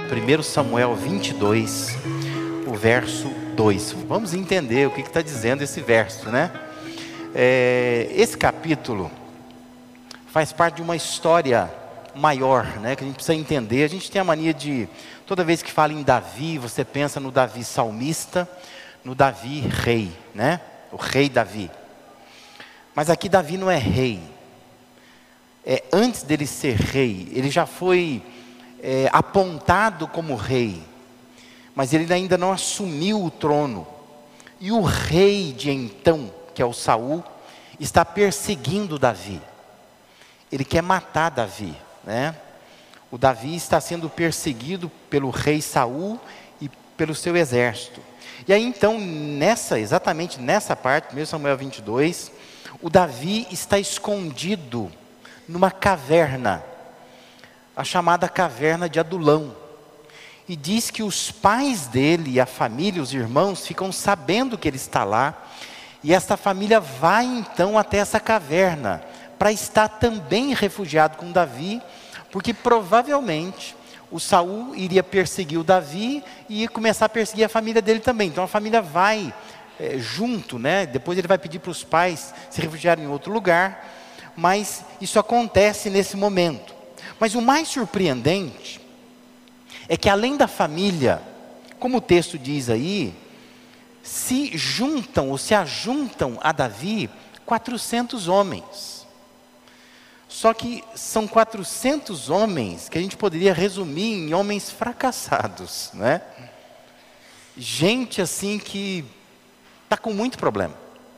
1 Samuel 22, o verso 2. Vamos entender o que está dizendo esse verso, né? Esse capítulo faz parte de uma história maior, né? Que a gente precisa entender. A gente tem a mania de, toda vez que fala em Davi, você pensa no Davi salmista, no Davi rei, né? O rei Davi. Mas aqui Davi não é rei. Antes dele ser rei, ele já foi apontado como rei, mas ele ainda não assumiu o trono. E o rei de então, que é o Saul, está perseguindo Davi. Ele quer matar Davi, né? O Davi está sendo perseguido pelo rei Saul e pelo seu exército. E aí então, exatamente nessa parte, 1 Samuel 22, o Davi está escondido numa caverna, a chamada caverna de Adulão. E diz que os pais dele, a família, os irmãos, ficam sabendo que ele está lá. E esta família vai então até essa caverna, para estar também refugiado com Davi, porque provavelmente o Saul iria perseguir o Davi e ia começar a perseguir a família dele também. Então a família vai junto, né? Depois ele vai pedir para os pais se refugiarem em outro lugar, mas isso acontece nesse momento. Mas o mais surpreendente é que além da família, como o texto diz aí, se juntam ou se ajuntam a Davi 400 homens. Só que são 400 homens que a gente poderia resumir em homens fracassados, né? Gente assim que está com muito problema.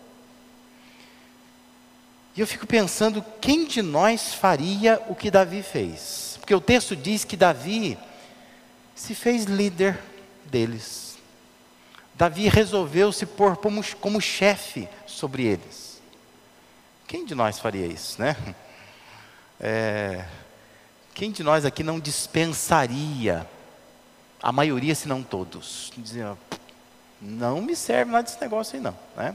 E eu fico pensando, quem de nós faria o que Davi fez? Porque o texto diz que Davi se fez líder deles. Davi resolveu se pôr como chefe sobre eles. Quem de nós faria isso, né? Quem de nós aqui não dispensaria, a maioria se não todos, dizia, não me serve nada desse negócio aí não, né?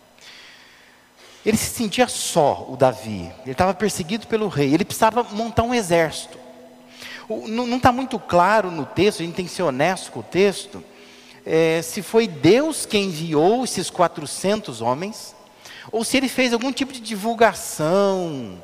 Ele se sentia só, o Davi, ele estava perseguido pelo rei, ele precisava montar um exército. Não está muito claro no texto, a gente tem que ser honesto com o texto, se foi Deus quem enviou esses 400 homens, ou se ele fez algum tipo de divulgação,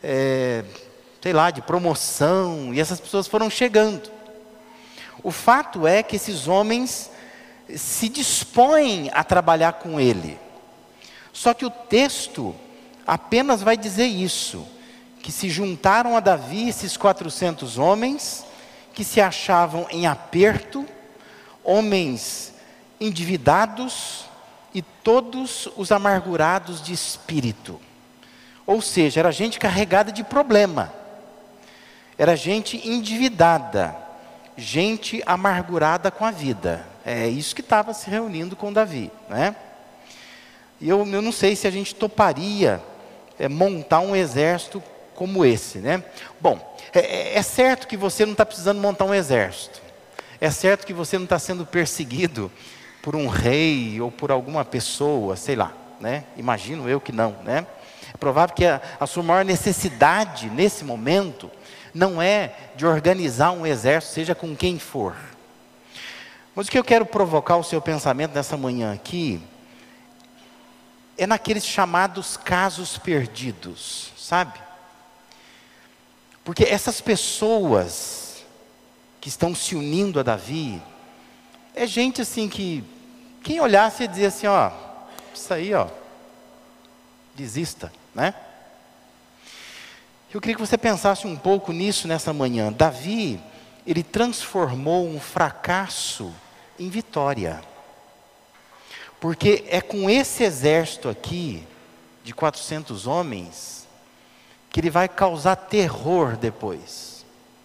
sei lá, de promoção, e essas pessoas foram chegando. O fato é que esses homens se dispõem a trabalhar com ele. Só que o texto apenas vai dizer isso, que se juntaram a Davi esses 400 homens, que se achavam em aperto, homens endividados e todos os amargurados de espírito. Ou seja, era gente carregada de problema, era gente endividada, gente amargurada com a vida. É isso que estava se reunindo com Davi, né? E eu não sei se a gente toparia montar um exército como esse, né? Bom, é certo que você não está precisando montar um exército. É certo que você não está sendo perseguido por um rei ou por alguma pessoa, sei lá, né? Imagino eu que não, né? É provável que a sua maior necessidade nesse momento não é de organizar um exército, seja com quem for. Mas o que eu quero provocar o seu pensamento nessa manhã aqui é naqueles chamados casos perdidos, sabe? Porque essas pessoas que estão se unindo a Davi, é gente assim que, quem olhasse ia dizer assim, ó, isso aí, ó, desista, né? Eu queria que você pensasse um pouco nisso nessa manhã. Davi, ele transformou um fracasso em vitória. Porque é com esse exército aqui, de 400 homens, que ele vai causar terror depois.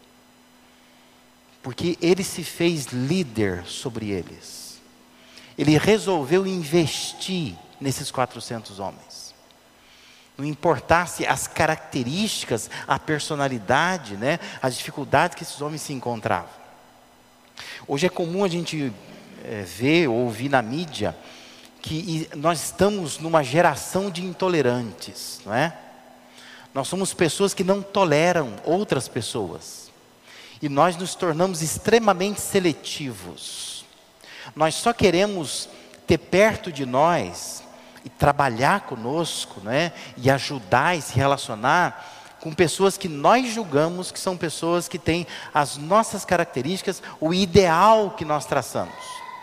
Porque ele se fez líder sobre eles. Ele resolveu investir nesses 400 homens. Não importasse as características, a personalidade, né, as dificuldades que esses homens se encontravam. Hoje é comum a gente ver ou ouvir na mídia que nós estamos numa geração de intolerantes, não é? Nós somos pessoas que não toleram outras pessoas. e nós nos tornamos extremamente seletivos. Nós só queremos ter perto de nós e trabalhar conosco, né? E ajudar e se relacionar com pessoas que nós julgamos que são pessoas que têm as nossas características, o ideal que nós traçamos.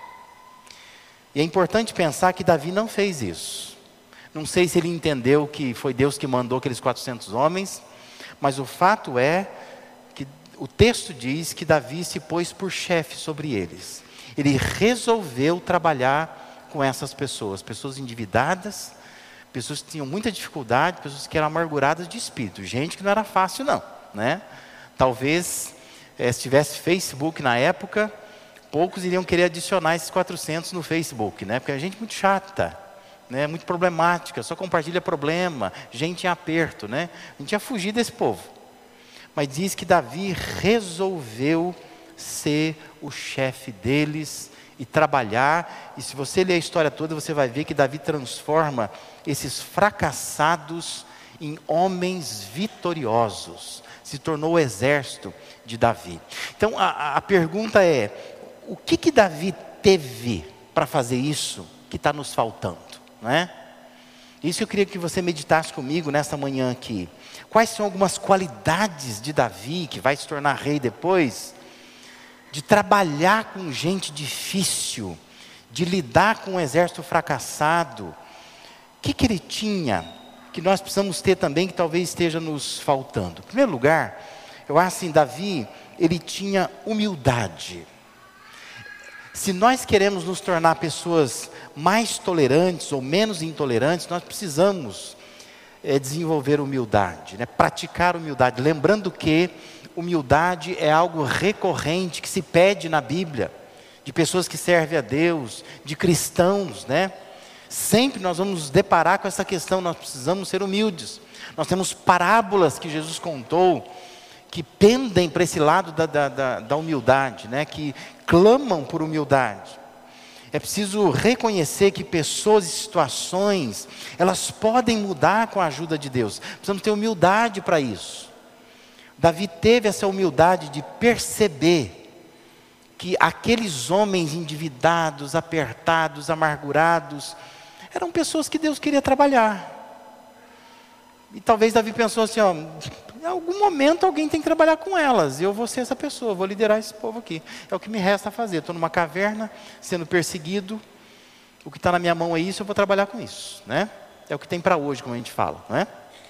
E é importante pensar que Davi não fez isso. Não sei se ele entendeu que foi Deus que mandou aqueles 400 homens, mas o fato é que o texto diz que Davi se pôs por chefe sobre eles. Ele resolveu trabalhar com essas pessoas, pessoas endividadas, pessoas que tinham muita dificuldade, pessoas que eram amarguradas de espírito, gente que não era fácil não, né? Talvez, se tivesse Facebook na época, poucos iriam querer adicionar esses 400 no Facebook, né? Porque é gente muito chata, né? Muito problemática, só compartilha problema, gente em aperto, né? A gente ia fugir desse povo. Mas diz que Davi resolveu ser o chefe deles e trabalhar, e se você ler a história toda, você vai ver que Davi transforma esses fracassados em homens vitoriosos. Se tornou o exército de Davi. Então a pergunta é, o que Davi teve para fazer isso que está nos faltando, né? Isso que eu queria que você meditasse comigo nessa manhã aqui. Quais são algumas qualidades de Davi, que vai se tornar rei depois, de trabalhar com gente difícil, de lidar com um exército fracassado? O que ele tinha, que nós precisamos ter também, que talvez esteja nos faltando? Em primeiro lugar, eu acho assim, Davi, ele tinha humildade. Se nós queremos nos tornar pessoas mais tolerantes ou menos intolerantes, nós precisamos desenvolver humildade, né? Praticar humildade, lembrando que humildade é algo recorrente que se pede na Bíblia, de pessoas que servem a Deus, de cristãos, né? Sempre nós vamos nos deparar com essa questão, nós precisamos ser humildes. Nós temos parábolas que Jesus contou, que pendem para esse lado da humildade, né? Que clamam por humildade. É preciso reconhecer que pessoas e situações, elas podem mudar com a ajuda de Deus. Precisamos ter humildade para isso. Davi teve essa humildade de perceber que aqueles homens endividados, apertados, amargurados, eram pessoas que Deus queria trabalhar. E talvez Davi pensou assim, ó, em algum momento alguém tem que trabalhar com elas, e eu vou ser essa pessoa, vou liderar esse povo aqui. É o que me resta fazer, estou numa caverna, sendo perseguido, o que está na minha mão é isso, eu vou trabalhar com isso, né? É o que tem para hoje, como a gente fala, não é?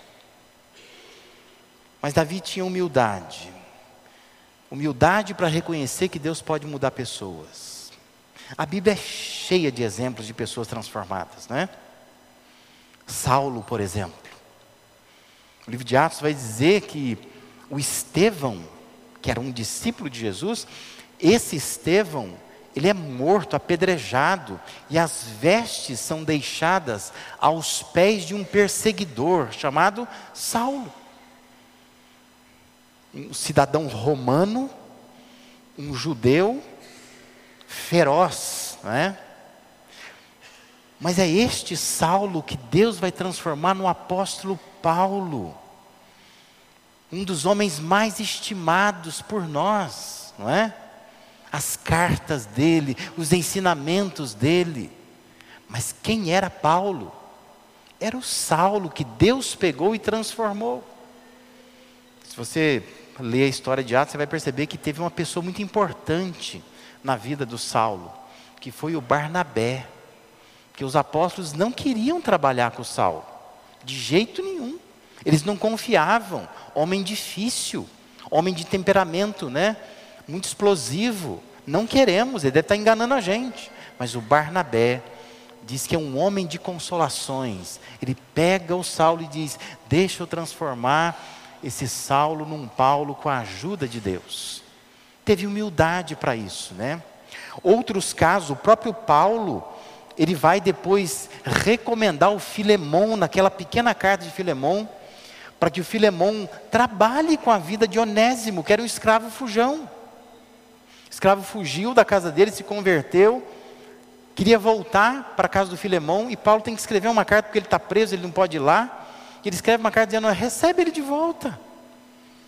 Mas Davi tinha humildade. Humildade para reconhecer que Deus pode mudar pessoas. A Bíblia é cheia de exemplos de pessoas transformadas, né? Saulo, por exemplo. O livro de Atos vai dizer que o Estevão, que era um discípulo de Jesus, esse Estevão, ele é morto, apedrejado, e as vestes são deixadas aos pés de um perseguidor chamado Saulo. Um cidadão romano, um judeu feroz, não é? Mas é este Saulo que Deus vai transformar no apóstolo Paulo, um dos homens mais estimados por nós, não é? As cartas dele, os ensinamentos dele. Mas quem era Paulo? Era o Saulo que Deus pegou e transformou. Se você ler a história de Atos, você vai perceber que teve uma pessoa muito importante na vida do Saulo, que foi o Barnabé, que os apóstolos não queriam trabalhar com o Saulo, de jeito nenhum. Eles não confiavam, homem difícil, homem de temperamento, né? Muito explosivo, não queremos, ele deve estar enganando a gente. Mas o Barnabé diz que é um homem de consolações. Ele pega o Saulo e diz, deixa eu transformar esse Saulo num Paulo com a ajuda de Deus. Teve humildade para isso, né? Outros casos, o próprio Paulo, ele vai depois recomendar o Filemão, naquela pequena carta de Filemão, para que o Filemão trabalhe com a vida de Onésimo, que era um escravo fujão. O escravo fugiu da casa dele, se converteu, queria voltar para a casa do Filemão, e Paulo tem que escrever uma carta, porque ele está preso, ele não pode ir lá. Ele escreve uma carta dizendo, recebe ele de volta.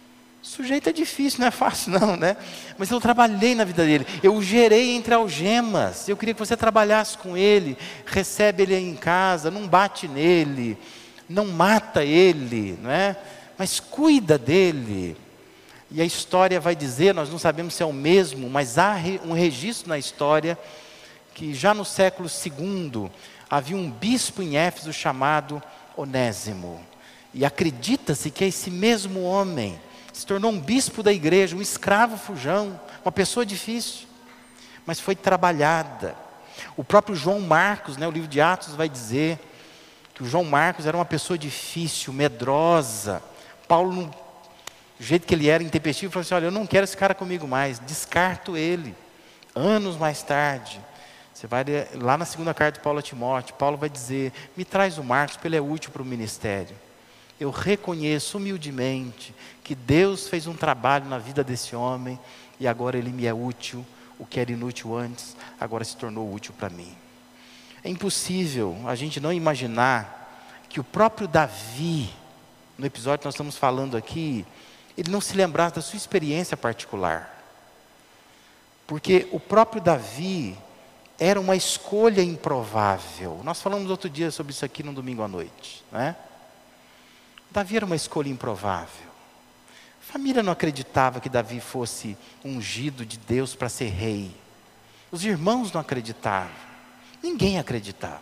O sujeito é difícil, não é fácil não, né? Mas eu trabalhei na vida dele, eu o gerei entre algemas, eu queria que você trabalhasse com ele, recebe ele aí em casa, não bate nele, não mata ele, não é? Mas cuida dele. E a história vai dizer, nós não sabemos se é o mesmo, mas há um registro na história, que já no século II, havia um bispo em Éfeso chamado Onésimo. E acredita-se que esse mesmo homem se tornou um bispo da igreja, um escravo fujão, uma pessoa difícil, mas foi trabalhada. O próprio João Marcos, o livro de Atos vai dizer que o João Marcos era uma pessoa difícil, medrosa. Paulo, do jeito que ele era intempestivo, falou assim: olha, eu não quero esse cara comigo mais, descarto ele. Anos mais tarde, você vai lá na segunda carta de Paulo a Timóteo, Paulo vai dizer: me traz o Marcos, porque ele é útil para o ministério. Eu reconheço humildemente que Deus fez um trabalho na vida desse homem, e agora ele me é útil. O que era inútil antes, agora se tornou útil para mim. É impossível a gente não imaginar que o próprio Davi, no episódio que nós estamos falando aqui, ele não se lembrasse da sua experiência particular. Porque o próprio Davi era uma escolha improvável. Nós falamos outro dia sobre isso aqui no domingo à noite, né? Davi era uma escolha improvável. A família não acreditava que Davi fosse ungido de Deus para ser rei. Os irmãos não acreditavam. Ninguém acreditava.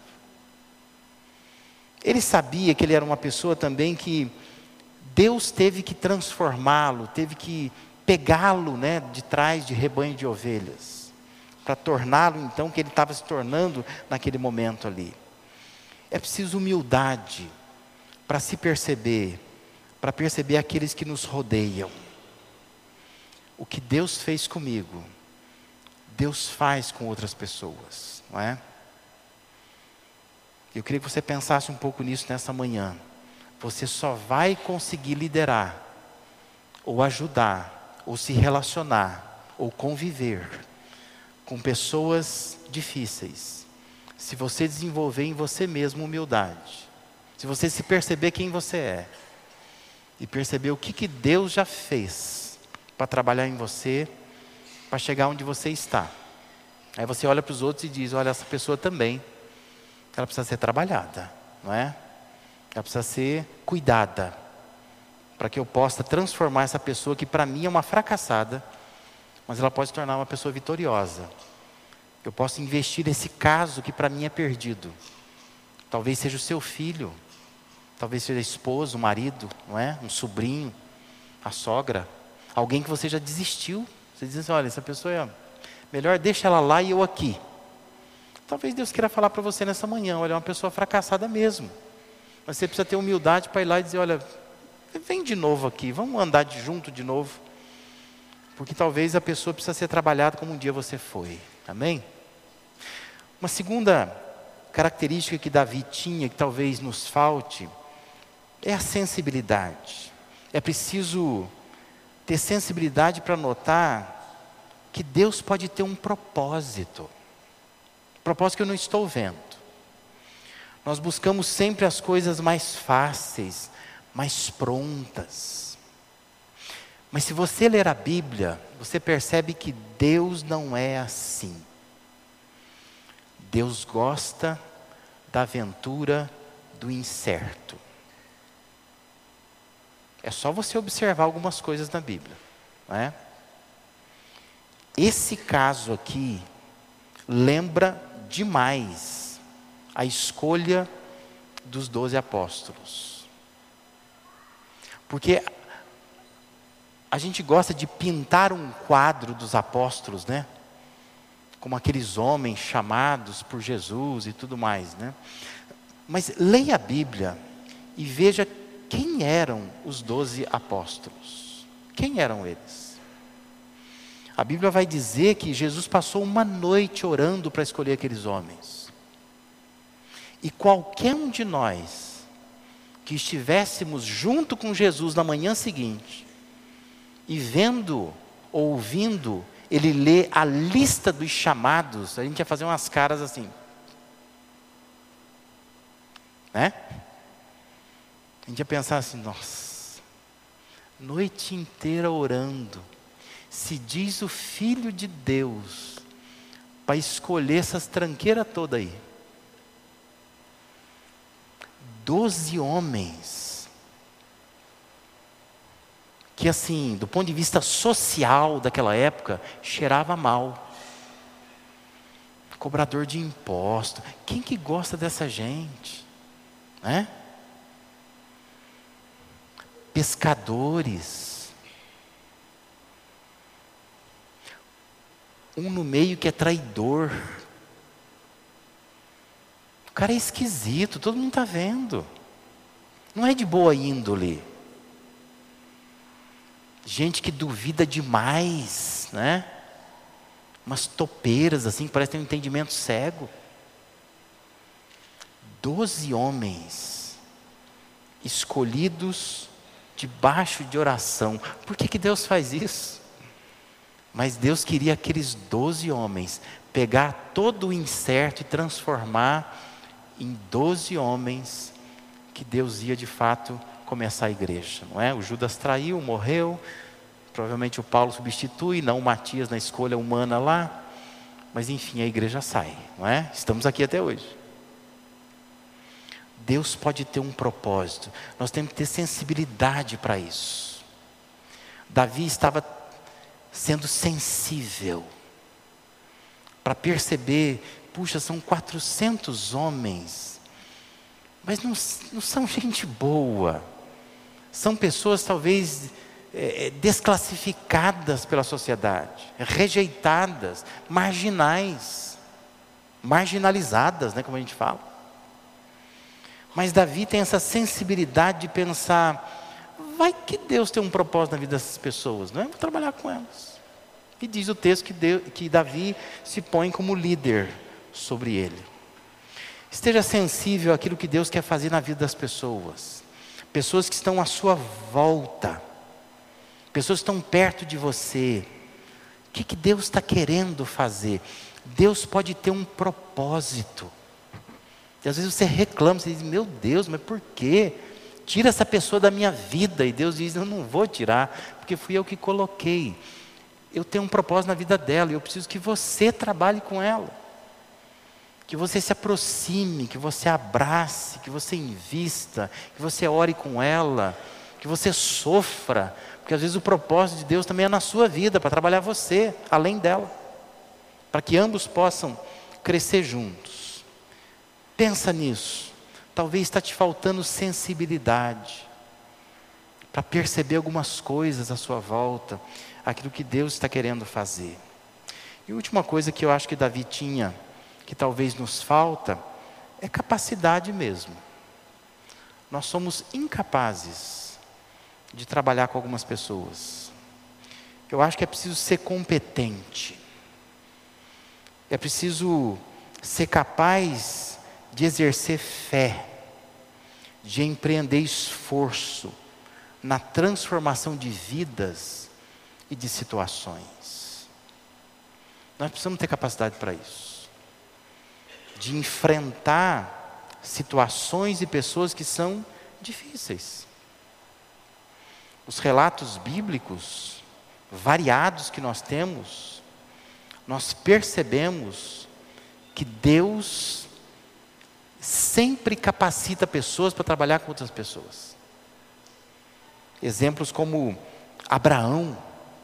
Ele sabia que ele era uma pessoa também que Deus teve que transformá-lo, teve que pegá-lo, de trás de rebanho de ovelhas, para torná-lo então o que ele estava se tornando naquele momento ali. É preciso humildade para se perceber, para perceber aqueles que nos rodeiam. O que Deus fez comigo, Deus faz com outras pessoas, não é? Eu queria que você pensasse um pouco nisso nessa manhã. Você só vai conseguir liderar, ou ajudar, ou se relacionar, ou conviver com pessoas difíceis, se você desenvolver em você mesmo humildade, se você se perceber quem você é, e perceber o que Deus já fez para trabalhar em você, para chegar onde você está. Aí você olha para os outros e diz: olha, essa pessoa também, ela precisa ser trabalhada, não é? Ela precisa ser cuidada, para que eu possa transformar essa pessoa que para mim é uma fracassada, mas ela pode se tornar uma pessoa vitoriosa. Eu posso investir nesse caso que para mim é perdido. Talvez seja o seu filho, talvez seja a esposa, o marido, não é? Um sobrinho, a sogra, alguém que você já desistiu. Você diz assim: olha, essa pessoa é melhor, deixa ela lá e eu aqui. Talvez Deus queira falar para você nessa manhã: olha, é uma pessoa fracassada mesmo, mas você precisa ter humildade para ir lá e dizer: olha, vem de novo aqui, vamos andar junto de novo, porque talvez a pessoa precisa ser trabalhada como um dia você foi. Amém? Uma segunda característica que Davi tinha, que talvez nos falte, é a sensibilidade. É preciso ter sensibilidade para notar que Deus pode ter um propósito que eu não estou vendo. Nós buscamos sempre as coisas mais fáceis, mais prontas. Mas se você ler a Bíblia, você percebe que Deus não é assim. Deus gosta da aventura do incerto. É só você observar algumas coisas na Bíblia, não é? Esse caso aqui lembra demais a escolha dos 12 apóstolos. Porque a gente gosta de pintar um quadro dos apóstolos, né? Como aqueles homens chamados por Jesus e tudo mais, né? Mas leia a Bíblia e veja quem eram os 12 apóstolos. Quem eram eles? A Bíblia vai dizer que Jesus passou uma noite orando para escolher aqueles homens. E qualquer um de nós que estivéssemos junto com Jesus na manhã seguinte, e vendo, ouvindo, ele lê a lista dos chamados, a gente ia fazer umas caras assim, né? A gente ia pensar assim: nossa, noite inteira orando. Se diz o Filho de Deus, para escolher essas tranqueiras todas aí. 12 homens, que assim, do ponto de vista social daquela época, cheirava mal. Cobrador de impostos. Quem que gosta dessa gente? Né? Pescadores. Um no meio que é traidor. O cara é esquisito, todo mundo está vendo. Não é de boa índole. Gente que duvida demais, né? Umas topeiras assim, que parece ter um entendimento cego. 12 homens escolhidos debaixo de oração. Por que Deus faz isso? Mas Deus queria aqueles 12 homens pegar todo o incerto e transformar em 12 homens que Deus ia de fato começar a igreja, não é? O Judas traiu, morreu, provavelmente o Paulo substitui, não o Matias na escolha humana lá, mas enfim, a igreja sai, não é? Estamos aqui até hoje. Deus pode ter um propósito, nós temos que ter sensibilidade para isso. Davi estava sendo sensível para perceber, puxa, são 400 homens, mas não são gente boa, são pessoas talvez desclassificadas pela sociedade, rejeitadas, marginalizadas, né, como a gente fala. Mas Davi tem essa sensibilidade de pensar, vai que Deus tem um propósito na vida dessas pessoas, não é? Vou trabalhar com elas. E diz o texto que Davi se põe como líder sobre ele. Esteja sensível àquilo que Deus quer fazer na vida das pessoas. Pessoas que estão à sua volta. Pessoas que estão perto de você. O que Deus está querendo fazer? Deus pode ter um propósito. E às vezes você reclama, você diz, meu Deus, mas por quê? Tira essa pessoa da minha vida. E Deus diz, eu não vou tirar, porque fui eu que coloquei. Eu tenho um propósito na vida dela, e eu preciso que você trabalhe com ela. Que você se aproxime, que você abrace, que você invista, que você ore com ela, que você sofra, porque às vezes o propósito de Deus também é na sua vida, para trabalhar você, além dela, para que ambos possam crescer juntos. Pensa nisso, talvez está te faltando sensibilidade, para perceber algumas coisas à sua volta, aquilo que Deus está querendo fazer. E a última coisa que eu acho que Davi tinha, que talvez nos falta, é capacidade mesmo. Nós somos incapazes de trabalhar com algumas pessoas. Eu acho que é preciso ser competente. É preciso ser capaz de exercer fé, de empreender esforço na transformação de vidas e de situações. Nós precisamos ter capacidade para isso. De enfrentar situações e pessoas que são difíceis. Os relatos bíblicos variados que nós temos, nós percebemos que Deus sempre capacita pessoas para trabalhar com outras pessoas. Exemplos como Abraão,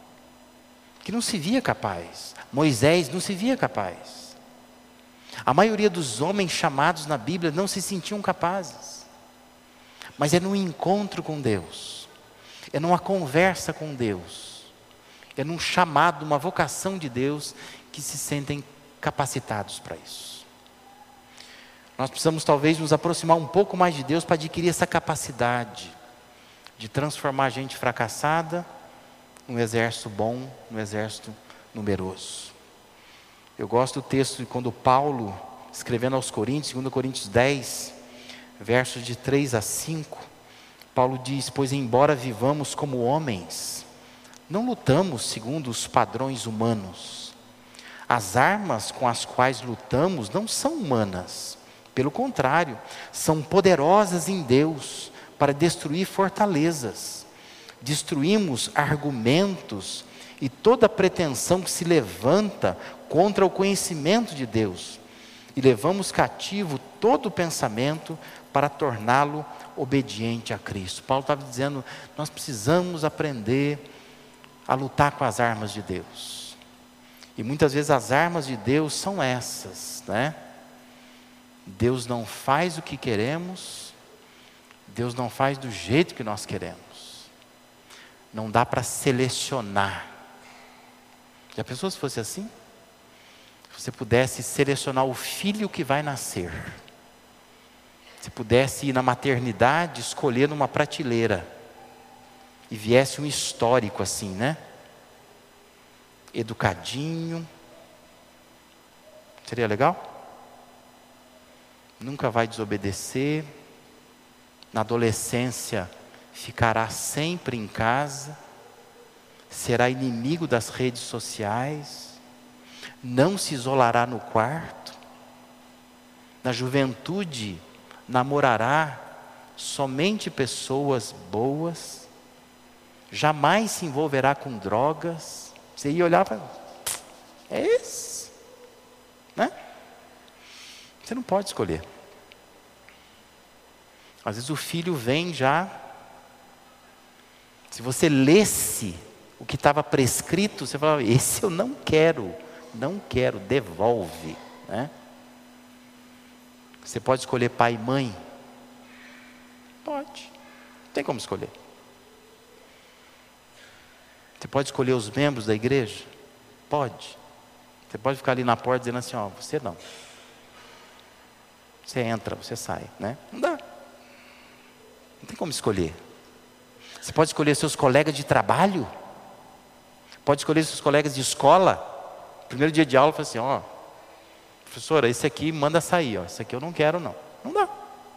que não se via capaz. Moisés não se via capaz. A maioria dos homens chamados na Bíblia não se sentiam capazes. Mas é num encontro com Deus, é numa conversa com Deus, é num chamado, uma vocação de Deus, que se sentem capacitados para isso. Nós precisamos talvez nos aproximar um pouco mais de Deus para adquirir essa capacidade de transformar a gente fracassada num exército bom, num exército numeroso. Eu gosto do texto de quando Paulo, escrevendo aos Coríntios, 2 Coríntios 10, versos de 3 a 5, Paulo diz, pois embora vivamos como homens, não lutamos segundo os padrões humanos. As armas com as quais lutamos não são humanas, pelo contrário, são poderosas em Deus para destruir fortalezas. destruímos argumentos e toda pretensão que se levanta contra o conhecimento de Deus, e levamos cativo todo pensamento para torná-lo obediente a Cristo. Paulo estava dizendo, nós precisamos aprender a lutar com as armas de Deus. E muitas vezes as armas de Deus são essas, né? Deus não faz o que queremos, Deus não faz do jeito que nós queremos. Não dá para selecionar. Já pensou se fosse assim? Se você pudesse selecionar o filho que vai nascer. Se pudesse ir na maternidade, escolher numa prateleira. E viesse um histórico assim, né? Educadinho. Seria legal? Nunca vai desobedecer. Na adolescência, ficará sempre em casa. Será inimigo das redes sociais. Não se isolará no quarto. Na juventude, namorará somente pessoas boas. Jamais se envolverá com drogas. Você ia olhar para... É esse, né? Você não pode escolher. Às vezes o filho vem já... Se você lesse o que estava prescrito, você falava, esse eu não quero, devolve, né? Você pode escolher pai e mãe? Pode, não tem como escolher. Você pode escolher os membros da igreja? Pode. Você pode ficar ali na porta dizendo assim, ó, você não. Você entra, você sai, né? Não dá. Não tem como escolher. Você pode escolher seus colegas de trabalho? Pode escolher seus colegas de escola? Primeiro dia de aula, fala assim, ó, professora, esse aqui manda sair, ó, esse aqui eu não quero não. Não dá.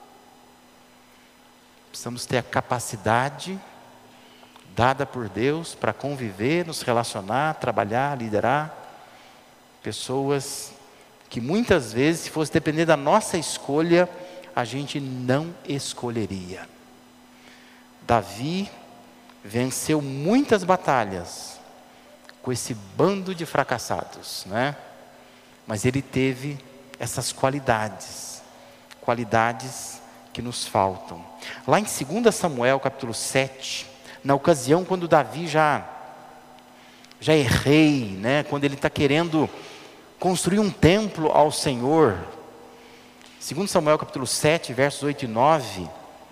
Precisamos ter a capacidade dada por Deus para conviver, nos relacionar, trabalhar, liderar. Pessoas que muitas vezes, se fosse depender da nossa escolha, a gente não escolheria. Davi venceu muitas batalhas com esse bando de fracassados, né? Mas ele teve essas qualidades que nos faltam. Lá em 2 Samuel capítulo 7, na ocasião quando Davi já é rei, né? Quando ele está querendo construir um templo ao Senhor, 2 Samuel capítulo 7, versos 8 e 9,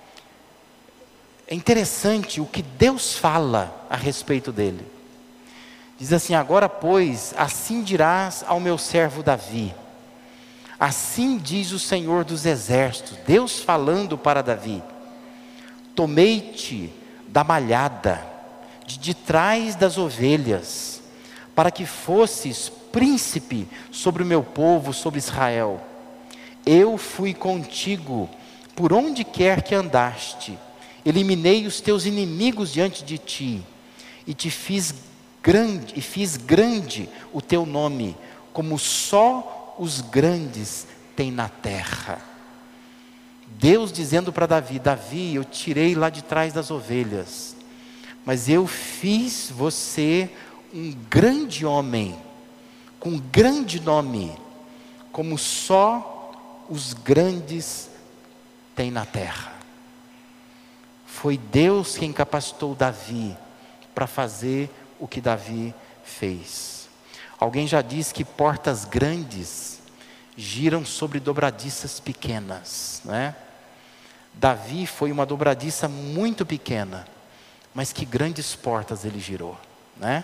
é interessante o que Deus fala a respeito dele. Diz assim, agora pois, assim dirás ao meu servo Davi, assim diz o Senhor dos exércitos, Deus falando para Davi, tomei-te da malhada, de trás das ovelhas, para que fosses príncipe sobre o meu povo, sobre Israel. Eu fui contigo, por onde quer que andaste, eliminei os teus inimigos diante de ti, e fiz grande o teu nome, como só os grandes têm na terra. Deus dizendo para Davi, Davi, eu tirei lá de trás das ovelhas, mas eu fiz você um grande homem, com grande nome, como só os grandes têm na terra. Foi Deus quem capacitou Davi para fazer o que Davi fez. Alguém já disse que portas grandes giram sobre dobradiças pequenas, né? Davi foi uma dobradiça muito pequena, mas que grandes portas ele girou, né?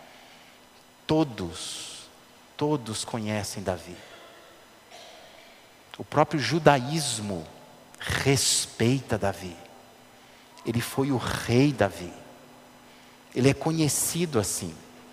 Todos conhecem Davi. O próprio judaísmo respeita Davi. Ele foi o rei Davi. Ele é conhecido assim.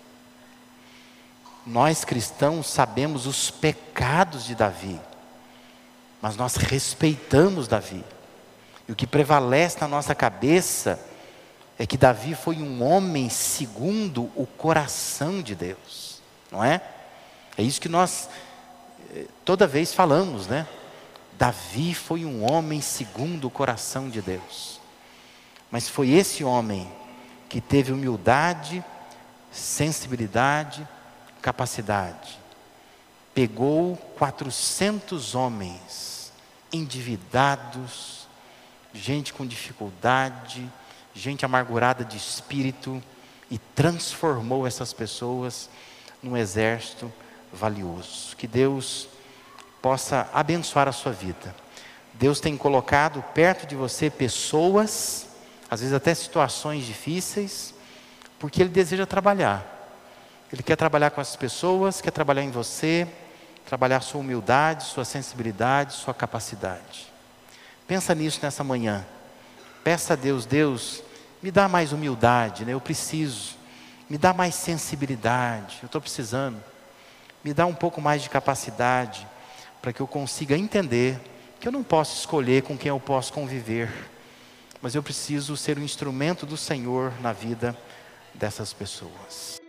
Nós cristãos sabemos os pecados de Davi, mas nós respeitamos Davi. E o que prevalece na nossa cabeça é que Davi foi um homem segundo o coração de Deus, não é? É isso que nós toda vez falamos, né? Davi foi um homem segundo o coração de Deus. Mas foi esse homem que teve humildade, sensibilidade, capacidade. Pegou 400 homens endividados, gente com dificuldade, gente amargurada de espírito, e transformou essas pessoas num exército valioso. Que Deus possa abençoar a sua vida. Deus tem colocado perto de você pessoas, às vezes até situações difíceis, porque Ele deseja trabalhar. Ele quer trabalhar com essas pessoas, quer trabalhar em você, trabalhar sua humildade, sua sensibilidade, sua capacidade. Pensa nisso nessa manhã. Peça a Deus, Deus, me dá mais humildade, né? Eu preciso. Me dá mais sensibilidade, eu estou precisando. Me dá um pouco mais de capacidade, para que eu consiga entender que eu não posso escolher com quem eu posso conviver, mas eu preciso ser um instrumento do Senhor na vida dessas pessoas.